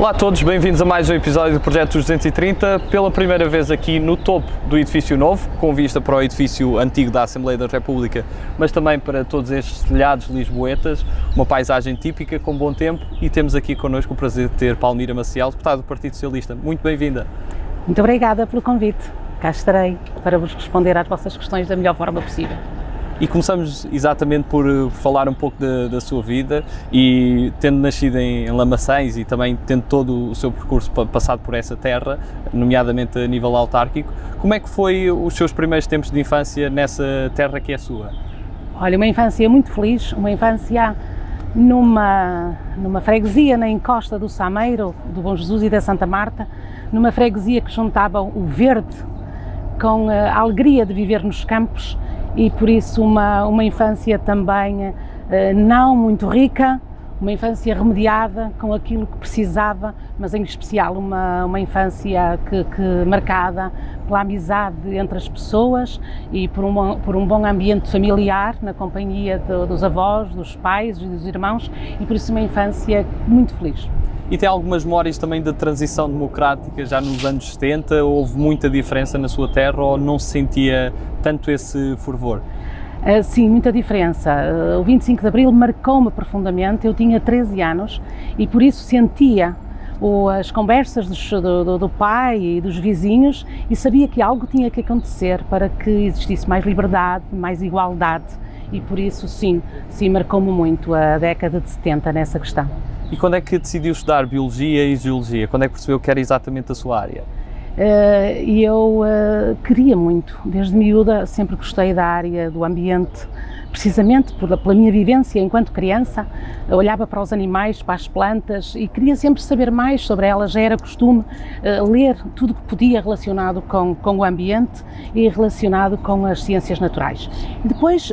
Olá a todos, bem-vindos a mais um episódio do Projeto 230, pela primeira vez aqui no topo do edifício novo, com vista para o edifício antigo da Assembleia da República, mas também para todos estes telhados lisboetas, uma paisagem típica, com bom tempo, e temos aqui connosco o prazer de ter Palmira Maciel, deputada do Partido Socialista. Muito bem-vinda. Muito obrigada pelo convite. Cá estarei para vos responder às vossas questões da melhor forma possível. E começamos exatamente por falar um pouco da sua vida, e tendo nascido em Lamaçães e também tendo todo o seu percurso passado por essa terra, nomeadamente a nível autárquico, como é que foi os seus primeiros tempos de infância nessa terra que é sua? Olha, uma infância muito feliz, uma infância numa freguesia na encosta do Sameiro, do Bom Jesus e da Santa Marta, numa freguesia que juntava o verde com a alegria de viver nos campos, e por isso uma infância também não muito rica, uma infância remediada com aquilo que precisava, mas em especial uma infância que marcada pela amizade entre as pessoas e por um bom ambiente familiar, na companhia dos avós, dos pais e dos irmãos, e por isso uma infância muito feliz. E tem algumas memórias também da transição democrática já nos anos 70? Houve muita diferença na sua terra ou não se sentia tanto esse fervor? Sim, muita diferença. O 25 de Abril marcou-me profundamente. Eu tinha 13 anos e por isso sentia as conversas do pai e dos vizinhos e sabia que algo tinha que acontecer para que existisse mais liberdade, mais igualdade, e por isso sim marcou-me muito a década de 70 nessa questão. E quando é que decidiu estudar Biologia e Geologia? Quando é que percebeu que era exatamente a sua área? Eu queria muito, desde miúda sempre gostei da área do ambiente, precisamente pela minha vivência enquanto criança. Eu olhava para os animais, para as plantas e queria sempre saber mais sobre elas. Já era costume ler tudo o que podia relacionado com o ambiente e relacionado com as ciências naturais. E depois,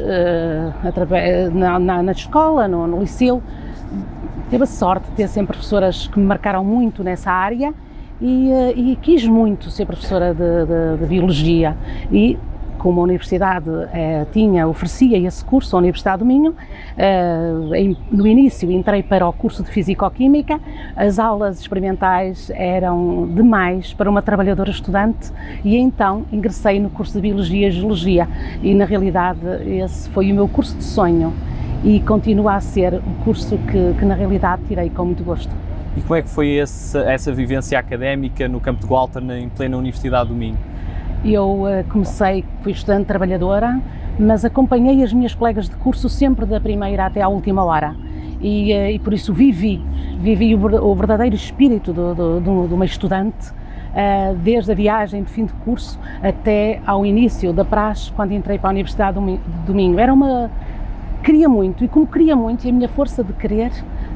na escola, no liceu, teve a sorte de ter sempre professoras que me marcaram muito nessa área e quis muito ser professora de Biologia, e como a Universidade oferecia esse curso, a Universidade do Minho, no início entrei para o curso de Físico-Química. As aulas experimentais eram demais para uma trabalhadora estudante e então ingressei no curso de Biologia e Geologia, e na realidade esse foi o meu curso de sonho e continua a ser um curso que na realidade tirei com muito gosto. E como é que foi essa vivência académica no campo de Gualter, em plena Universidade do Minho? Eu fui estudante trabalhadora, mas acompanhei as minhas colegas de curso sempre da primeira até à última hora, e por isso vivi o verdadeiro espírito de uma estudante, desde a viagem de fim de curso até ao início da praxe, quando entrei para a Universidade do Minho. Queria muito, e como queria muito, e a minha força de querer,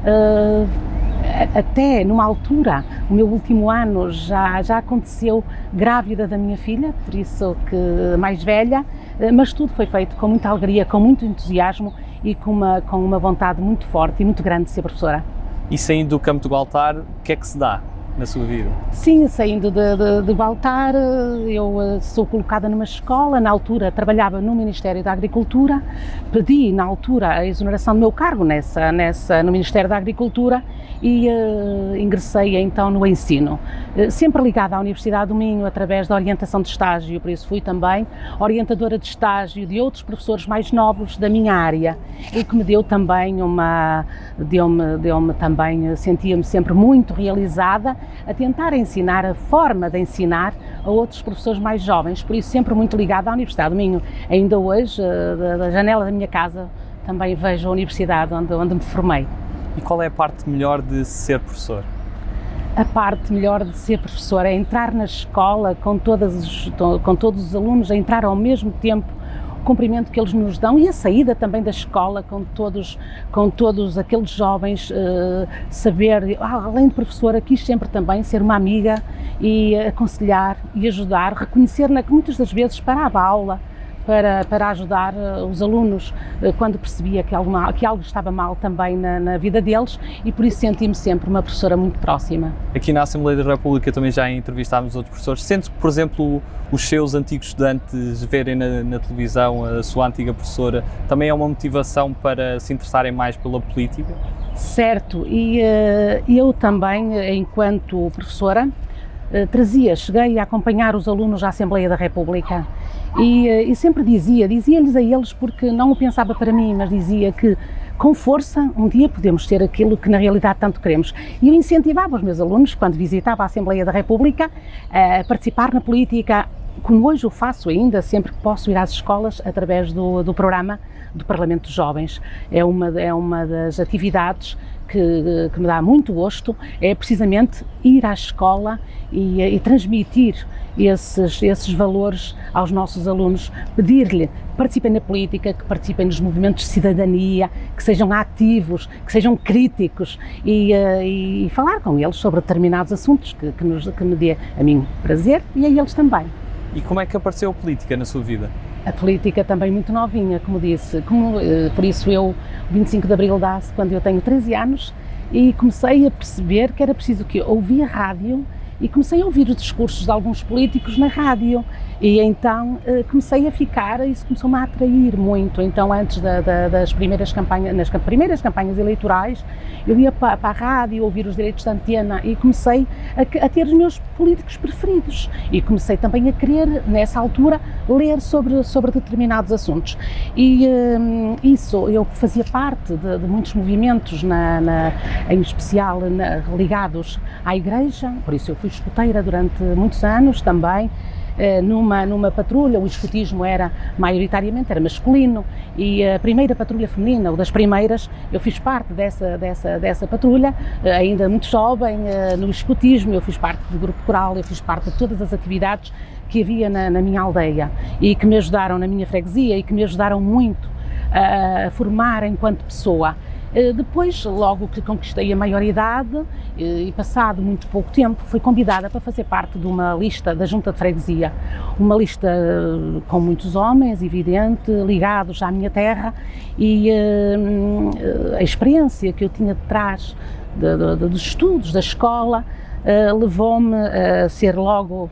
até numa altura, o meu último ano, já aconteceu grávida da minha filha, por isso que mais velha, mas tudo foi feito com muita alegria, com muito entusiasmo e com uma vontade muito forte e muito grande de ser professora. E saindo do campo de Gualtar, o que é que se dá na sua vida? Sim, saindo de Gualtar, eu sou colocada numa escola. Na altura trabalhava no Ministério da Agricultura, pedi na altura a exoneração do meu cargo no Ministério da Agricultura e ingressei então no ensino, sempre ligada à Universidade do Minho através da orientação de estágio, por isso fui também orientadora de estágio de outros professores mais novos da minha área, e que me deu também sentia-me sempre muito realizada a tentar ensinar, a forma de ensinar a outros professores mais jovens, por isso sempre muito ligada à Universidade do Minho. Ainda hoje, da janela da minha casa, também vejo a universidade onde me formei. E qual é a parte melhor de ser professor? A parte melhor de ser professor é entrar na escola com todos os alunos, a entrar ao mesmo tempo, o cumprimento que eles nos dão, e a saída também da escola com todos aqueles jovens, saber, além de professora, quis sempre também ser uma amiga e aconselhar e ajudar, reconhecer que muitas das vezes parava a aula para ajudar os alunos quando percebia que algo estava mal também na vida deles, e por isso senti-me sempre uma professora muito próxima. Aqui na Assembleia da República também já entrevistámos outros professores. Sente que, por exemplo, os seus antigos estudantes verem na televisão a sua antiga professora também é uma motivação para se interessarem mais pela política? Certo, e eu também, enquanto professora, cheguei a acompanhar os alunos à Assembleia da República e sempre dizia-lhes a eles, porque não o pensava para mim, mas dizia que com força um dia podemos ter aquilo que na realidade tanto queremos. E eu incentivava os meus alunos, quando visitava a Assembleia da República, a participar na política, como hoje o faço ainda, sempre que posso ir às escolas, através do programa do Parlamento dos Jovens. É uma das atividades que me dá muito gosto, é precisamente ir à escola e transmitir esses valores aos nossos alunos, pedir-lhe que participem na política, que participem nos movimentos de cidadania, que sejam ativos, que sejam críticos e falar com eles sobre determinados assuntos que me dê a mim prazer e a eles também. E como é que apareceu a política na sua vida? A política também muito novinha, como disse, por isso o 25 de Abril dá-se quando eu tenho 13 anos e comecei a perceber que era preciso que eu ouvia rádio e comecei a ouvir os discursos de alguns políticos na rádio e então comecei a ficar, isso começou-me a atrair muito. Então antes das primeiras campanhas, nas primeiras campanhas eleitorais, eu ia para a rádio ouvir os direitos de antena e comecei a ter os meus políticos preferidos e comecei também a querer, nessa altura, ler sobre determinados assuntos. E isso, eu fazia parte de muitos movimentos, em especial ligados à Igreja, por isso eu fui escoteira durante muitos anos também, numa patrulha. O escotismo era maioritariamente masculino e a primeira patrulha feminina, ou das primeiras, eu fiz parte dessa patrulha, ainda muito jovem, no escotismo. Eu fiz parte do grupo coral, eu fiz parte de todas as atividades que havia na minha aldeia e que me ajudaram na minha freguesia e que me ajudaram muito a formar enquanto pessoa. Depois, logo que conquistei a maioridade e passado muito pouco tempo, fui convidada para fazer parte de uma lista da Junta de Freguesia, uma lista com muitos homens, evidente, ligados à minha terra, e a experiência que eu tinha de trás dos estudos, da escola, levou-me a ser logo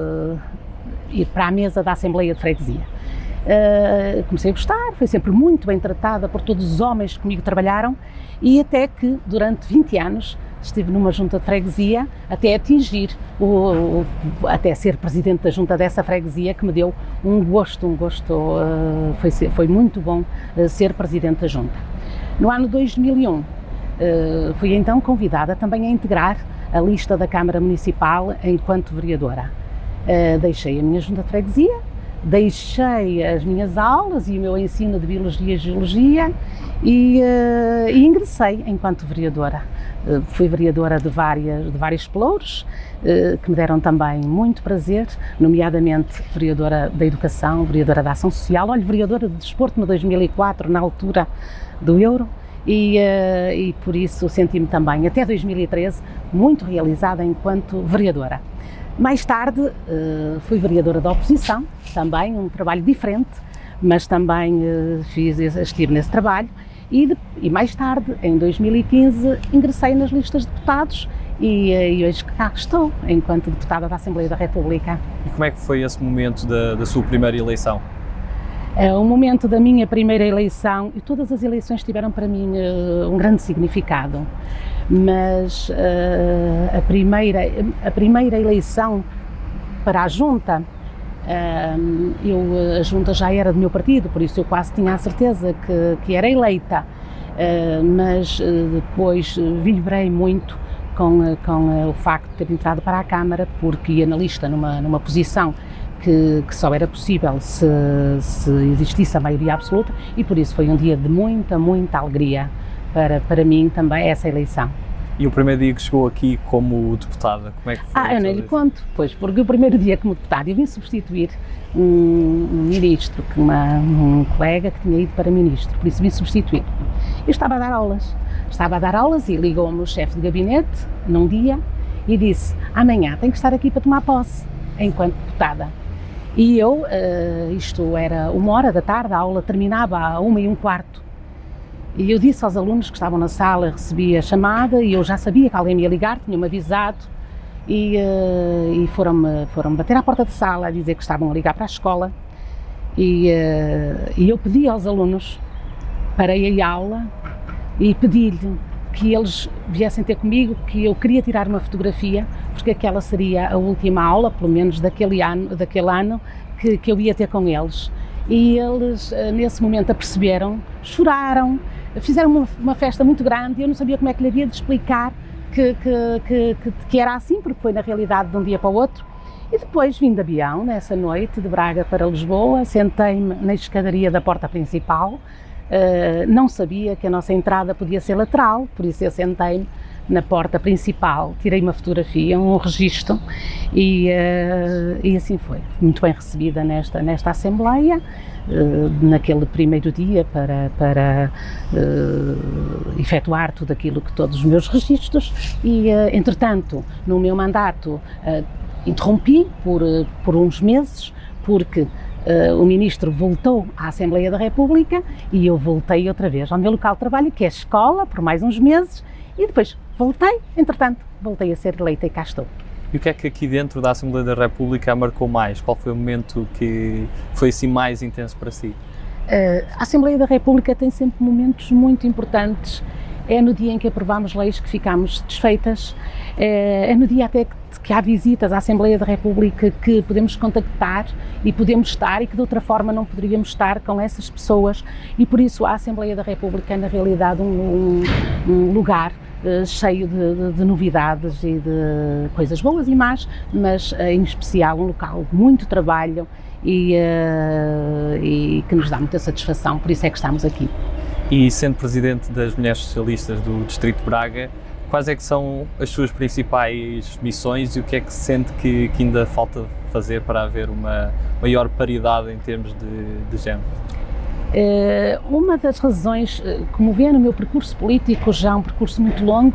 ir para a mesa da Assembleia de Freguesia. Comecei a gostar, fui sempre muito bem tratada por todos os homens que comigo trabalharam e até que durante 20 anos estive numa junta de freguesia até atingir, até ser presidente da junta dessa freguesia, que me deu um gosto, foi muito bom ser presidente da junta. No ano 2001 fui então convidada também a integrar a lista da Câmara Municipal enquanto vereadora. Deixei a minha junta de freguesia, deixei as minhas aulas e o meu ensino de Biologia e Geologia e ingressei enquanto vereadora. Fui vereadora de vários pelouros, que me deram também muito prazer, nomeadamente vereadora da Educação, vereadora da Ação Social, vereadora de Desporto no 2004, na altura do Euro, e por isso senti-me também, até 2013, muito realizada enquanto vereadora. Mais tarde fui vereadora da oposição, também um trabalho diferente, mas também estive nesse trabalho e mais tarde, em 2015, ingressei nas listas de deputados e hoje cá estou, enquanto deputada da Assembleia da República. E como é que foi esse momento da sua primeira eleição? O momento da minha primeira eleição, e todas as eleições tiveram para mim um grande significado, mas a primeira eleição para a Junta, a Junta já era do meu partido, por isso eu quase tinha a certeza que era eleita, mas depois vibrei muito com o facto de ter entrado para a Câmara, porque ia na lista numa posição que só era possível se existisse a maioria absoluta, e por isso foi um dia de muita alegria para mim também essa eleição. E o primeiro dia que chegou aqui como deputada, como é que foi? Eu nem lhe conto, pois, porque o primeiro dia como deputada eu vim substituir um ministro, um colega que tinha ido para ministro, por isso vim substituir. Eu estava a dar aulas e ligou-me o chefe de gabinete num dia e disse: amanhã tenho que estar aqui para tomar posse, enquanto deputada. E eu, isto era 1h da tarde, a aula terminava à 1h15. E eu disse aos alunos que estavam na sala, recebi a chamada e eu já sabia que alguém me ia ligar, tinha-me avisado e foram bater à porta da sala a dizer que estavam a ligar para a escola e eu pedi aos alunos, parei a aula e pedi-lhe que eles viessem ter comigo, que eu queria tirar uma fotografia, porque aquela seria a última aula, pelo menos daquele ano que eu ia ter com eles. E eles, nesse momento, aperceberam, choraram, fizeram uma festa muito grande e eu não sabia como é que lhe havia de explicar que era assim, porque foi na realidade de um dia para o outro. E depois vim de avião, nessa noite, de Braga para Lisboa, sentei-me na escadaria da porta principal, não sabia que a nossa entrada podia ser lateral, por isso eu sentei-me na porta principal, tirei uma fotografia, um registro e assim foi. Muito bem recebida nesta Assembleia, naquele primeiro dia para efetuar tudo aquilo que todos os meus registros e, entretanto, no meu mandato interrompi por uns meses, porque o Ministro voltou à Assembleia da República e eu voltei outra vez ao meu local de trabalho, que é a escola, por mais uns meses, e depois voltei, entretanto, voltei a ser eleita e cá estou. E o que é que aqui dentro da Assembleia da República a marcou mais? Qual foi o momento que foi assim mais intenso para si? A Assembleia da República tem sempre momentos muito importantes. É no dia em que aprovamos leis que ficamos desfeitas, é no dia até que há visitas à Assembleia da República que podemos contactar e podemos estar e que de outra forma não poderíamos estar com essas pessoas, e por isso a Assembleia da República é na realidade um lugar cheio de novidades e de coisas boas e más, mas em especial um local de muito trabalho e que nos dá muita satisfação, por isso é que estamos aqui. E sendo Presidente das Mulheres Socialistas do Distrito de Braga, quais é que são as suas principais missões e o que é que sente que ainda falta fazer para haver uma maior paridade em termos de género? Uma das razões, como vê no meu percurso político, já um percurso muito longo,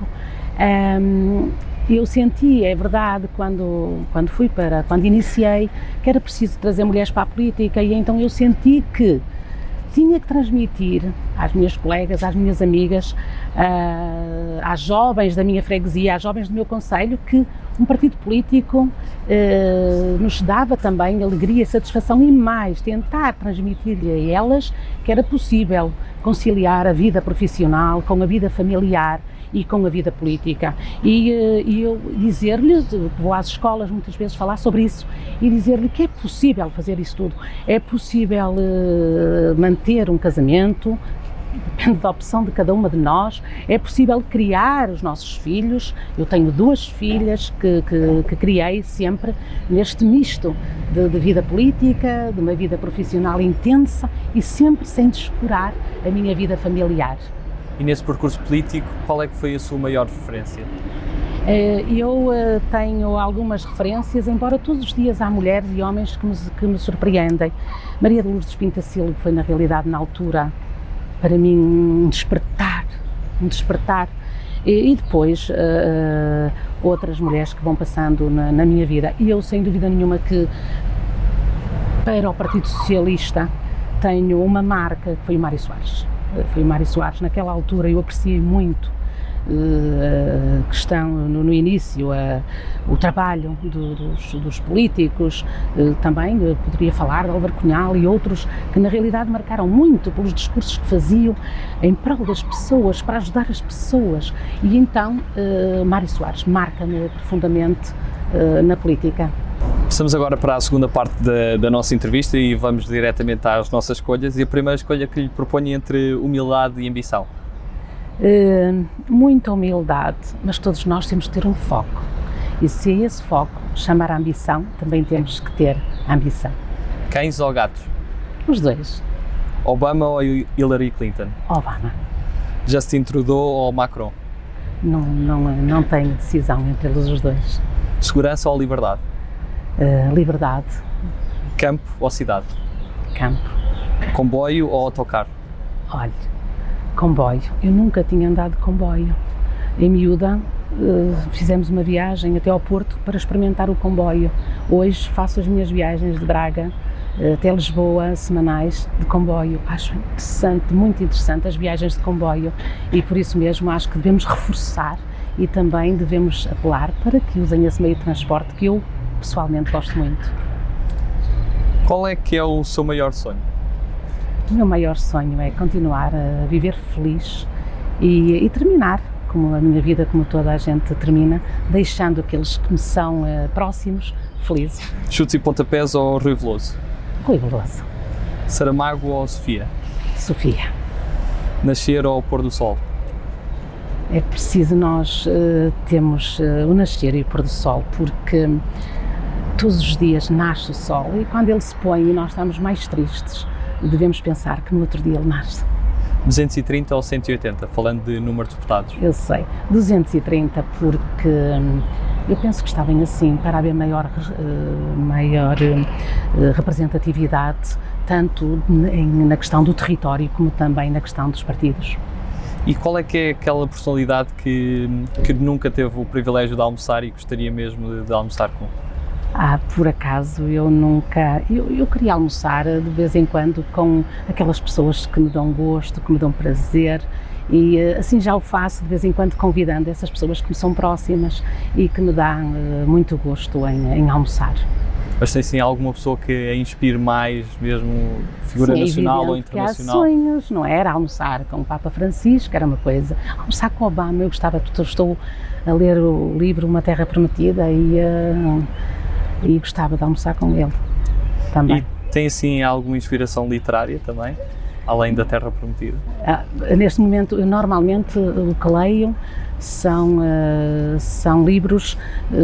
eu senti, é verdade, quando iniciei, que era preciso trazer mulheres para a política, e então eu senti que tinha que transmitir às minhas colegas, às minhas amigas, às jovens da minha freguesia, às jovens do meu concelho, que um partido político nos dava também alegria e satisfação, e mais, tentar transmitir-lhe a elas que era possível conciliar a vida profissional com a vida familiar e com a vida política, e eu dizer-lhe, vou às escolas muitas vezes falar sobre isso, e dizer-lhe que é possível fazer isso tudo, é possível manter um casamento, depende da opção de cada uma de nós, é possível criar os nossos filhos. Eu tenho 2 filhas que criei sempre neste misto de vida política, de uma vida profissional intensa e sempre sem descurar a minha vida familiar. E nesse percurso político, qual é que foi a sua maior referência? Eu tenho algumas referências, embora todos os dias há mulheres e homens que me surpreendem. Maria de Lourdes Pintacilgo foi, na realidade, na altura, para mim, um despertar. E depois outras mulheres que vão passando na minha vida. E eu, sem dúvida nenhuma, que para o Partido Socialista tenho uma marca, que foi o Mário Soares. Foi o Mário Soares. Naquela altura eu apreciei muito a questão, no início, o trabalho dos políticos, também poderia falar de Álvaro Cunhal e outros que na realidade marcaram muito pelos discursos que faziam em prol das pessoas, para ajudar as pessoas, e então Mário Soares marca-me profundamente na política. Passamos agora para a segunda parte da nossa entrevista e vamos diretamente às nossas escolhas, e a primeira escolha que lhe proponho entre humildade e ambição. Muita humildade, mas todos nós temos que ter um foco, e se esse foco chamar a ambição, também temos que ter a ambição. Cães ou gatos? Os 2. Obama ou Hillary Clinton? Obama. Justin Trudeau ou Macron? Não tenho decisão entre eles os 2. Segurança ou liberdade? Liberdade. Campo ou cidade? Campo. Comboio ou autocarro? Olha, comboio. Eu nunca tinha andado de comboio. Em miúda, fizemos uma viagem até ao Porto para experimentar o comboio. Hoje faço as minhas viagens de Braga até Lisboa, semanais, de comboio. Acho interessante, muito interessante as viagens de comboio, e por isso mesmo acho que devemos reforçar e também devemos apelar para que usem esse meio de transporte, que eu pessoalmente gosto muito. Qual é que é o seu maior sonho? O meu maior sonho é continuar a viver feliz e terminar como a minha vida, como toda a gente, termina, deixando aqueles que me são próximos felizes. Chutes e pontapés ou Rui Veloso? Rui Veloso. Saramago ou Sofia? Sofia. Nascer ou pôr do sol? É preciso nós termos o nascer e o pôr do sol, porque todos os dias nasce o sol e quando ele se põe e nós estamos mais tristes, devemos pensar que no outro dia ele nasce. 230 ou 180, falando de número de deputados? Eu sei, 230 porque eu penso que está bem assim, para haver maior representatividade, tanto na questão do território como também na questão dos partidos. E qual é que é aquela personalidade que nunca teve o privilégio de almoçar e gostaria mesmo de almoçar com? Por acaso eu nunca, eu queria almoçar de vez em quando com aquelas pessoas que me dão gosto, que me dão prazer e assim já o faço de vez em quando convidando essas pessoas que me são próximas e que me dão muito gosto em almoçar. Mas tem sim alguma pessoa que a inspire mais, mesmo figura nacional ou internacional? Que há sonhos, não era? Almoçar com o Papa Francisco era uma coisa, almoçar com Obama, eu gostava, estou a ler o livro Uma Terra Prometida e gostava de almoçar com ele também. E tem assim alguma inspiração literária também, além da Terra Prometida? Neste momento, eu normalmente o que leio são livros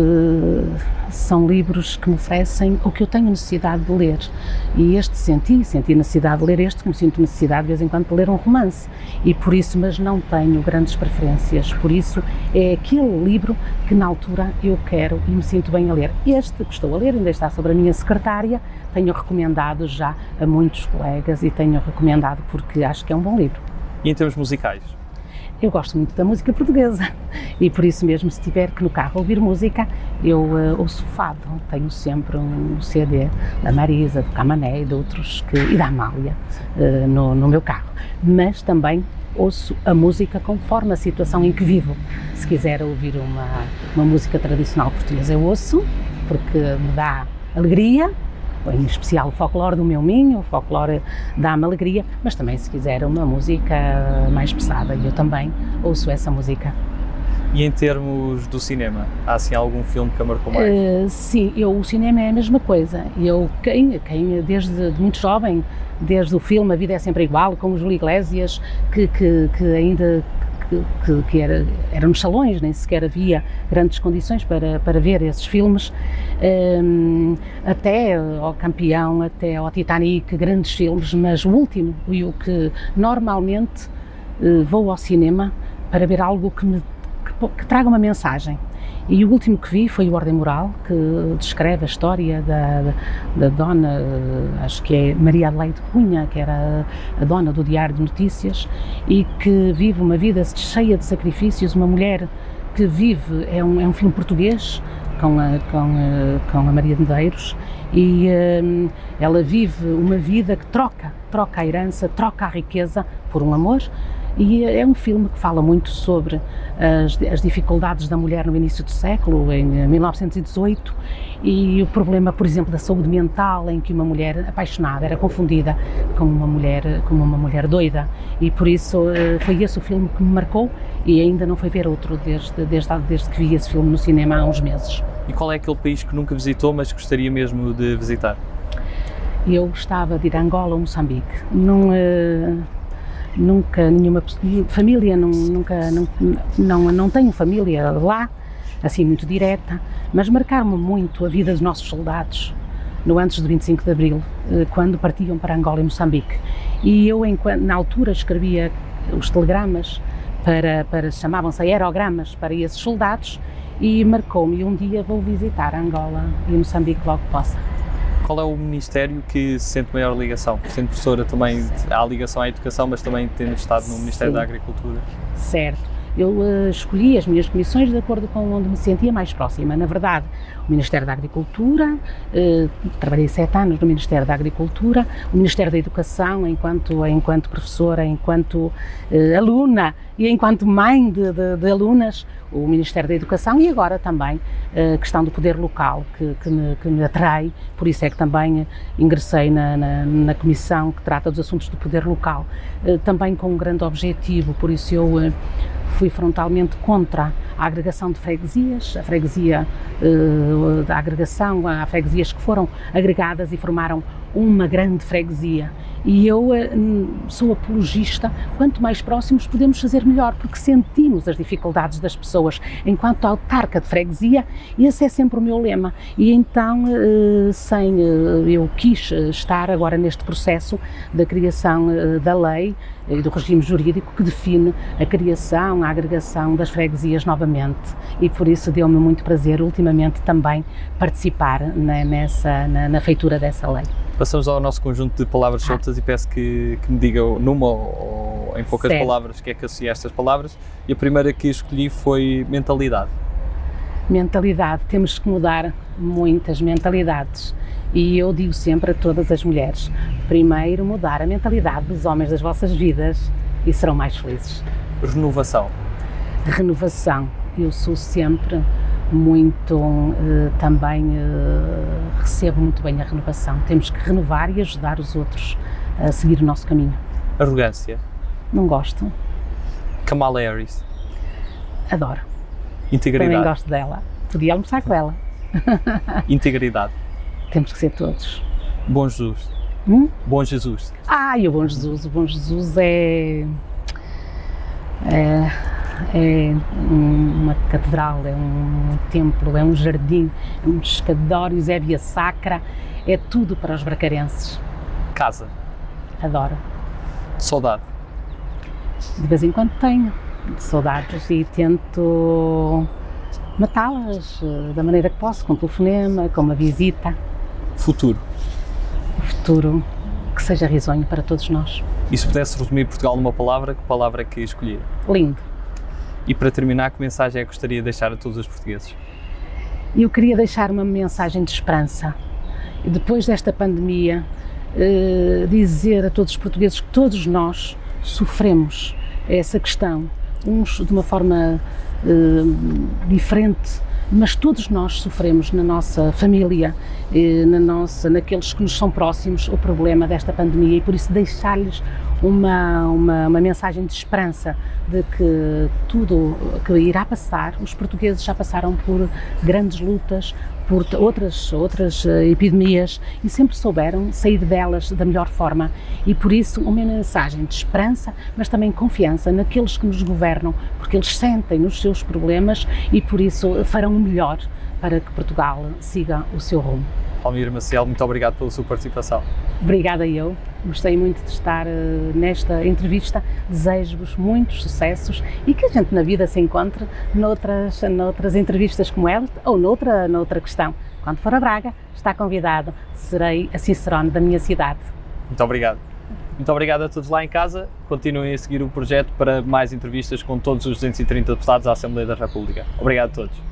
que me oferecem o que eu tenho necessidade de ler e senti necessidade de ler como sinto necessidade de vez em quando de ler um romance e por isso, mas não tenho grandes preferências, por isso é aquele livro que na altura eu quero e me sinto bem a ler. Este que estou a ler ainda está sobre a minha secretária, tenho recomendado já a muitos colegas e tenho recomendado porque acho que é um bom livro. E em termos musicais? Eu gosto muito da música portuguesa e por isso mesmo, se tiver que no carro ouvir música, eu ouço fado. Tenho sempre um CD da Marisa, do Camané e de outros e da Amália no meu carro. Mas também ouço a música conforme a situação em que vivo. Se quiser ouvir uma música tradicional portuguesa, eu ouço porque me dá alegria. Em especial o folclore do meu Minho, o folclore dá-me alegria, mas também se quiser uma música mais pesada, eu também ouço essa música. E em termos do cinema, há assim algum filme que a marcou mais? Sim, o cinema é a mesma coisa. Quem desde muito jovem, desde o filme A Vida é Sempre Igual, com o Júlio Iglesias, que ainda era nos salões, nem sequer havia grandes condições para ver esses filmes, até ao Campeão, até ao Titanic, grandes filmes, mas o último, e o que normalmente vou ao cinema para ver algo que traga uma mensagem. E o último que vi foi o Ordem Moral, que descreve a história da dona, acho que é Maria Adelaide Cunha, que era a dona do Diário de Notícias e que vive uma vida cheia de sacrifícios, uma mulher que vive, é um filme português com a Maria de Medeiros e ela vive uma vida que troca a herança, troca a riqueza por um amor. E é um filme que fala muito sobre as dificuldades da mulher no início do século, em 1918, e o problema, por exemplo, da saúde mental, em que uma mulher apaixonada era confundida com uma mulher doida, e por isso foi esse o filme que me marcou e ainda não fui ver outro desde que vi esse filme no cinema há uns meses. E qual é aquele país que nunca visitou, mas gostaria mesmo de visitar? Eu gostava de ir a Angola ou Moçambique. Nunca nenhuma família, não tenho família lá, assim muito direta, mas marcaram-me muito a vida dos nossos soldados no antes do 25 de Abril, quando partiam para Angola e Moçambique. E eu, na altura, escrevia os telegramas chamavam-se aerogramas para esses soldados e marcou-me, e um dia vou visitar Angola e Moçambique logo que possa. Qual é o ministério que se sente maior ligação? Sendo professora também há ligação à educação, mas também tendo estado no Ministério da Agricultura. Certo. Eu escolhi as minhas comissões de acordo com onde me sentia mais próxima. Na verdade, o Ministério da Agricultura, trabalhei 7 anos no Ministério da Agricultura, o Ministério da Educação, enquanto professora, enquanto aluna e enquanto mãe de alunas, o Ministério da Educação e agora também a questão do poder local que me atrai, por isso é que também ingressei na comissão que trata dos assuntos do poder local, também com um grande objetivo, por isso eu fui frontalmente contra a agregação de freguesias, a freguesia da agregação, há freguesias que foram agregadas e formaram uma grande freguesia. E eu sou apologista, quanto mais próximos podemos fazer melhor, porque sentimos as dificuldades das pessoas. Enquanto autarca de freguesia, esse é sempre o meu lema. E então, eu quis estar agora neste processo da criação da lei e do regime jurídico que define a criação, a agregação das freguesias novamente. E por isso deu-me muito prazer, ultimamente, também participar na feitura dessa lei. Passamos ao nosso conjunto de palavras soltas e peço que me digam numa ou em poucas palavras o que é que associa a estas palavras. E a primeira que escolhi foi mentalidade. Mentalidade, temos que mudar muitas mentalidades. E eu digo sempre a todas as mulheres, primeiro mudar a mentalidade dos homens das vossas vidas e serão mais felizes. Renovação. Renovação, eu sou sempre muito, recebo muito bem a renovação. Temos que renovar e ajudar os outros a seguir o nosso caminho. Arrogância. Não gosto. Kamala Harris. Adoro. Integridade. Também gosto dela. Podia almoçar com ela. Integridade. Temos que ser todos. Bom Jesus. Bom Jesus. E o Bom Jesus. O Bom Jesus é uma catedral, é um templo, é um jardim, é um escadórios, é via sacra, é tudo para os bracarenses. Casa. Adoro. Saudade. De vez em quando tenho saudades e tento matá-las da maneira que posso, com um telefonema, com uma visita. Futuro. O futuro que seja risonho para todos nós. E se pudesse resumir Portugal numa palavra, que palavra é que escolhia? Lindo. E para terminar, que mensagem é que gostaria de deixar a todos os portugueses? Eu queria deixar uma mensagem de esperança. E depois desta pandemia, dizer a todos os portugueses que todos nós sofremos essa questão, uns de uma forma diferente, mas todos nós sofremos na nossa família, naqueles que nos são próximos, o problema desta pandemia, e por isso deixar-lhes uma mensagem de esperança de que tudo que irá passar. Os portugueses já passaram por grandes lutas, por outras epidemias e sempre souberam sair delas da melhor forma, e por isso uma mensagem de esperança, mas também confiança naqueles que nos governam, porque eles sentem os seus problemas e por isso farão o melhor para que Portugal siga o seu rumo. Palmira Maciel, muito obrigado pela sua participação. Obrigada eu, gostei muito de estar nesta entrevista, desejo-vos muitos sucessos e que a gente na vida se encontre noutras entrevistas como ela ou noutra questão. Quando for a Braga, está convidado, serei a Cicerone da minha cidade. Muito obrigado. Muito obrigado a todos lá em casa, continuem a seguir o projeto para mais entrevistas com todos os 230 deputados à Assembleia da República. Obrigado a todos.